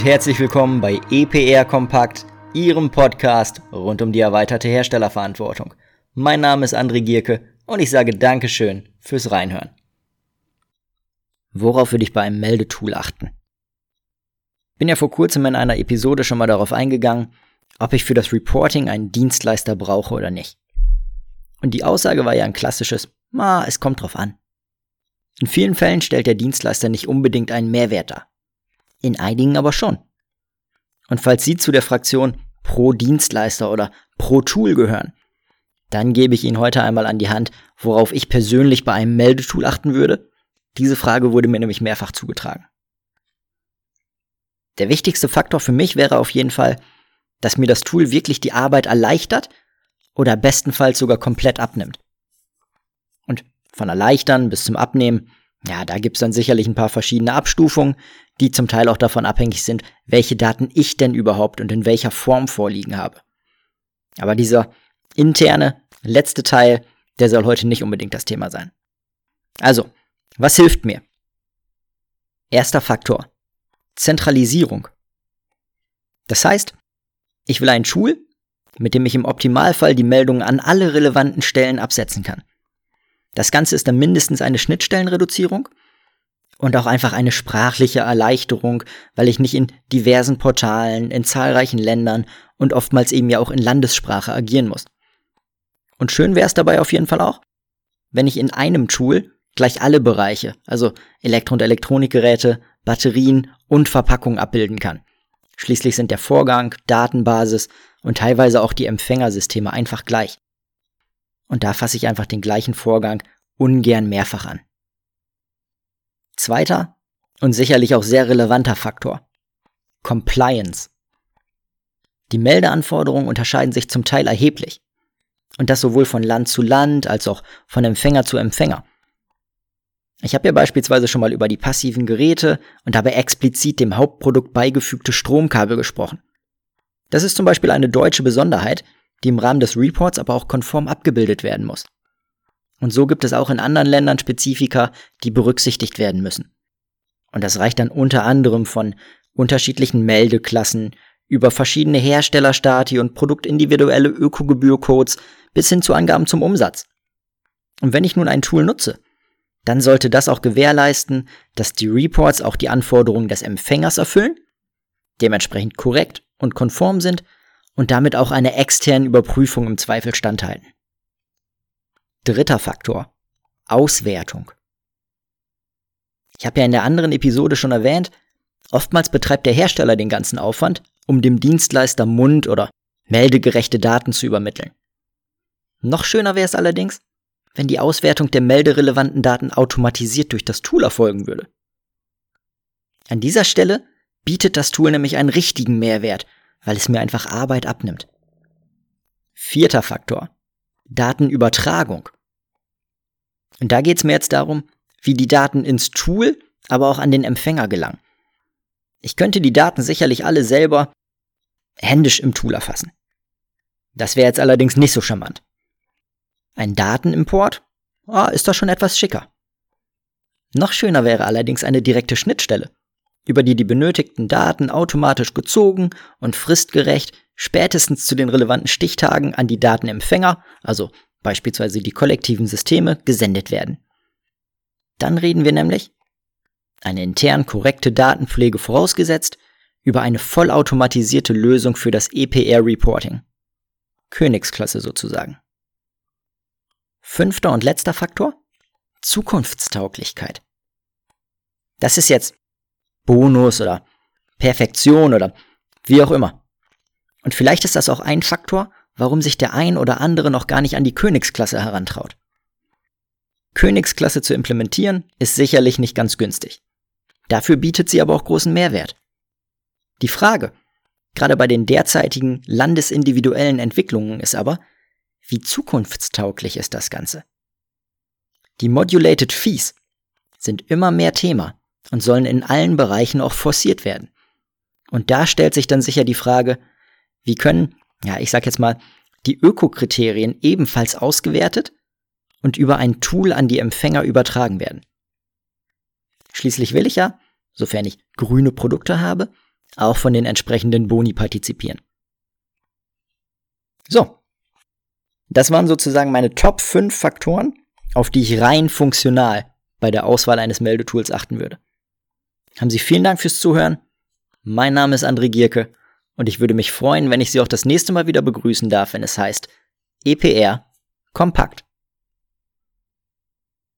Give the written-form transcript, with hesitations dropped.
herzlich willkommen bei EPR Kompakt, Ihrem Podcast rund um die erweiterte Herstellerverantwortung. Mein Name ist André Gierke und ich sage Dankeschön fürs Reinhören. Worauf würde ich bei einem Meldetool achten? Bin ja vor kurzem in einer Episode schon mal darauf eingegangen, ob ich für das Reporting einen Dienstleister brauche oder nicht. Und die Aussage war ja ein klassisches, es kommt drauf an. In vielen Fällen stellt der Dienstleister nicht unbedingt einen Mehrwert dar. In einigen aber schon. Und falls Sie zu der Fraktion pro Dienstleister oder pro Tool gehören, dann gebe ich Ihnen heute einmal an die Hand, worauf ich persönlich bei einem Meldetool achten würde. Diese Frage wurde mir nämlich mehrfach zugetragen. Der wichtigste Faktor für mich wäre auf jeden Fall, dass mir das Tool wirklich die Arbeit erleichtert oder bestenfalls sogar komplett abnimmt. Und von erleichtern bis zum Abnehmen, da gibt es dann sicherlich ein paar verschiedene Abstufungen, die zum Teil auch davon abhängig sind, welche Daten ich denn überhaupt und in welcher Form vorliegen habe. Aber dieser interne, letzte Teil, der soll heute nicht unbedingt das Thema sein. Also, was hilft mir? Erster Faktor: Zentralisierung. Das heißt, ich will ein Tool, mit dem ich im Optimalfall die Meldungen an alle relevanten Stellen absetzen kann. Das Ganze ist dann mindestens eine Schnittstellenreduzierung und auch einfach eine sprachliche Erleichterung, weil ich nicht in diversen Portalen, in zahlreichen Ländern und oftmals eben ja auch in Landessprache agieren muss. Und schön wäre es dabei auf jeden Fall auch, wenn ich in einem Tool gleich alle Bereiche, also Elektro- und Elektronikgeräte, Batterien und Verpackungen abbilden kann. Schließlich sind der Vorgang, Datenbasis und teilweise auch die Empfängersysteme einfach gleich. Und da fasse ich einfach den gleichen Vorgang ungern mehrfach an. Zweiter und sicherlich auch sehr relevanter Faktor: Compliance. Die Meldeanforderungen unterscheiden sich zum Teil erheblich. Und das sowohl von Land zu Land als auch von Empfänger zu Empfänger. Ich habe ja beispielsweise schon mal über die passiven Geräte und dabei explizit dem Hauptprodukt beigefügte Stromkabel gesprochen. Das ist zum Beispiel eine deutsche Besonderheit, die im Rahmen des Reports aber auch konform abgebildet werden muss. Und so gibt es auch in anderen Ländern Spezifika, die berücksichtigt werden müssen. Und das reicht dann unter anderem von unterschiedlichen Meldeklassen über verschiedene Herstellerstati und produktindividuelle Ökogebührcodes bis hin zu Angaben zum Umsatz. Und wenn ich nun ein Tool nutze, dann sollte das auch gewährleisten, dass die Reports auch die Anforderungen des Empfängers erfüllen, dementsprechend korrekt und konform sind und damit auch einer externen Überprüfung im Zweifel standhalten. Dritter Faktor: Auswertung. Ich habe ja in der anderen Episode schon erwähnt, oftmals betreibt der Hersteller den ganzen Aufwand, um dem Dienstleister mund- oder meldegerechte Daten zu übermitteln. Noch schöner wäre es allerdings, wenn die Auswertung der melderelevanten Daten automatisiert durch das Tool erfolgen würde. An dieser Stelle bietet das Tool nämlich einen richtigen Mehrwert, weil es mir einfach Arbeit abnimmt. Vierter Faktor: Datenübertragung. Und da geht es mir jetzt darum, wie die Daten ins Tool, aber auch an den Empfänger gelangen. Ich könnte die Daten sicherlich alle selber händisch im Tool erfassen. Das wäre jetzt allerdings nicht so charmant. Ein Datenimport ist da schon etwas schicker. Noch schöner wäre allerdings eine direkte Schnittstelle, über die die benötigten Daten automatisch gezogen und fristgerecht spätestens zu den relevanten Stichtagen an die Datenempfänger, also beispielsweise die kollektiven Systeme, gesendet werden. Dann reden wir nämlich, eine intern korrekte Datenpflege vorausgesetzt, über eine vollautomatisierte Lösung für das EPR-Reporting. Königsklasse sozusagen. Fünfter und letzter Faktor: Zukunftstauglichkeit. Das ist jetzt Bonus oder Perfektion oder wie auch immer. Und vielleicht ist das auch ein Faktor, warum sich der ein oder andere noch gar nicht an die Königsklasse herantraut. Königsklasse zu implementieren ist sicherlich nicht ganz günstig. Dafür bietet sie aber auch großen Mehrwert. Die Frage, gerade bei den derzeitigen landesindividuellen Entwicklungen, ist aber, wie zukunftstauglich ist das Ganze? Die Modulated Fees sind immer mehr Thema und sollen in allen Bereichen auch forciert werden. Und da stellt sich dann sicher die Frage, wie können, ich sag jetzt mal, die Ökokriterien ebenfalls ausgewertet und über ein Tool an die Empfänger übertragen werden. Schließlich will ich ja, sofern ich grüne Produkte habe, auch von den entsprechenden Boni partizipieren. So, das waren sozusagen meine Top 5 Faktoren, auf die ich rein funktional bei der Auswahl eines Meldetools achten würde. Haben Sie vielen Dank fürs Zuhören. Mein Name ist André Gierke und ich würde mich freuen, wenn ich Sie auch das nächste Mal wieder begrüßen darf, wenn es heißt EPR Kompakt.